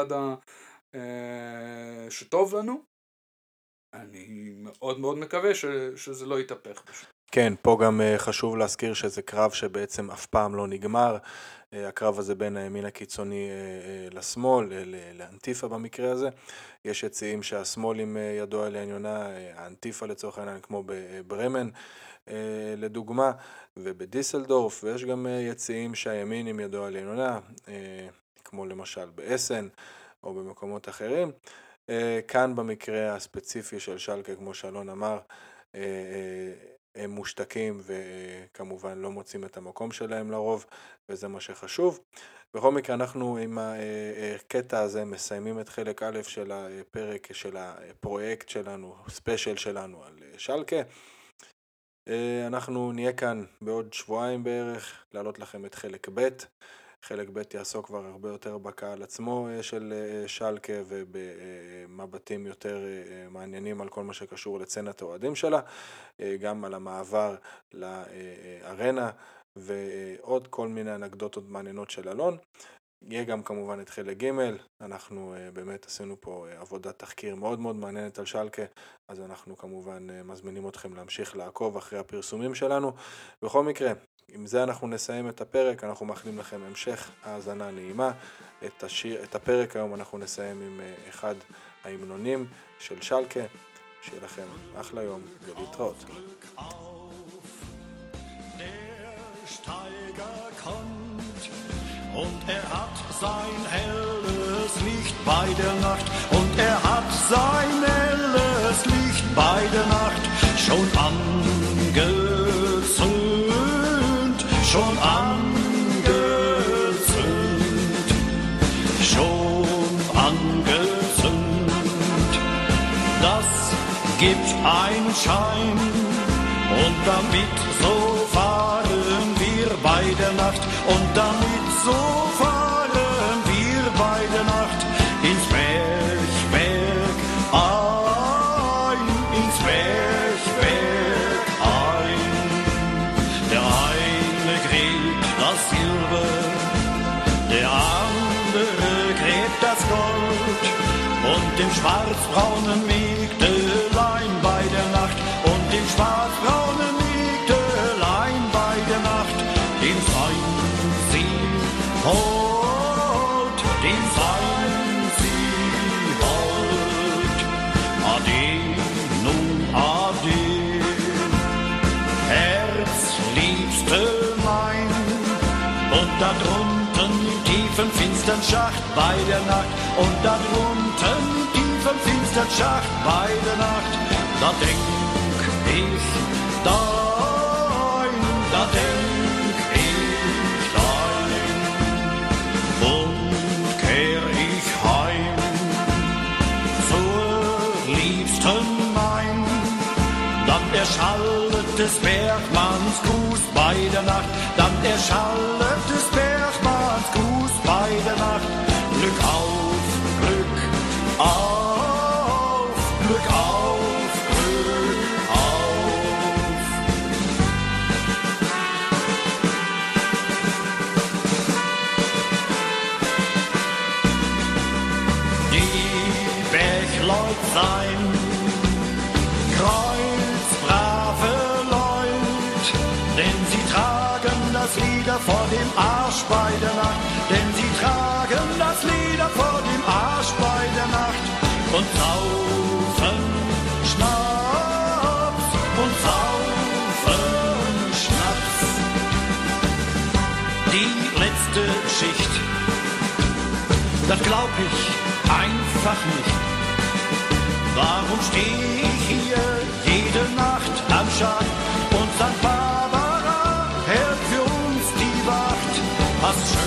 שטוב לנו. אני מאוד מאוד מקווה שזה לא יתהפך. כן, פה גם חשוב להזכיר שזה קרב שבעצם אף פעם לא נגמר. הקרב הזה בין הימין הקיצוני לשמאל, לאנטיפה במקרה הזה. יש יציעים שהשמאל עם ידו על העליונה, האנטיפה לצורך העניין כמו בברמן לדוגמה, ובדיסלדורף, ויש גם יציעים שהימין עם ידו על העליונה, כמו למשל באסן או במקומות אחרים. כאן במקרה הספציפי של שלקה, כמו שאלון אמר, הם מושתקים וכמובן לא מוצאים את המקום שלהם לרוב, וזה מה שחשוב. בכל מקרה אנחנו עם הקטע הזה מסיימים את חלק א' של הפרק של הפרויקט שלנו, ספיישל שלנו על שלקה. אנחנו נהיה כאן בעוד שבועיים בערך, להעלות לכם את חלק ב'. חלק ב' יעסוק כבר הרבה יותר בקהל עצמו של שלקה ובמבטים יותר מעניינים על כל מה שקשור לצנת האוהדים שלה, גם על המעבר לארנה ועוד כל מיני אנקדוטות מעניינות של אלון. יהיה גם כמובן את חלק ג', אנחנו באמת עשינו פה עבודת תחקיר מאוד מאוד מעניינת על שלקה, אז אנחנו כמובן מזמינים אתכם להמשיך לעקוב אחרי הפרסומים שלנו. בכל מקרה, עם זה אנחנו נסיים את הפרק, אנחנו מאחלים לכם המשך האזנה נעימה. את הפרק היום אנחנו נסיים עם אחד ההמנונים של שלקה. שיהיה לכם אחלה יום ולהתראות. Und hat sein helles Licht bei der Nacht. Und hat sein helles Licht bei der Nacht schon angezündet. Schon angezündet. Schon angezündet. Das gibt einen Schein. Und damit so fahren wir bei der Nacht. Und damit so fahren wir bei der Nacht ins Bergwerk ein, ins Bergwerk ein. Der eine gräbt das Silber, der andere gräbt das Gold und dem schwarzbraunen Mägdelein bei der Nacht und dem schwarzbraunen Mägdelein bei der Nacht den Feind Hold, den Feind sie hold. Ade, nun ade, Herzliebste mein. Und da drunten im tiefen finstern Schacht bei der Nacht. Und da drunten im tiefen finstern Schacht bei der Nacht. Da denk ich dein, da denk erschallet des Bergmanns Gruß bei der Nacht, dann erschallet des Bergmanns Gruß bei der Nacht. Glück auf, Glück auf, Glück auf, Glück auf. Die Bergleut sein Lieder vor dem Arsch bei der Nacht, denn sie tragen das Lieder vor dem Arsch bei der Nacht und saufen Schnaps und saufen Schnaps. Die letzte Schicht, das glaub ich einfach nicht. Warum steh ich hier jede Nacht am Schacht und St. Barbara hält für uns die Wacht? Was schön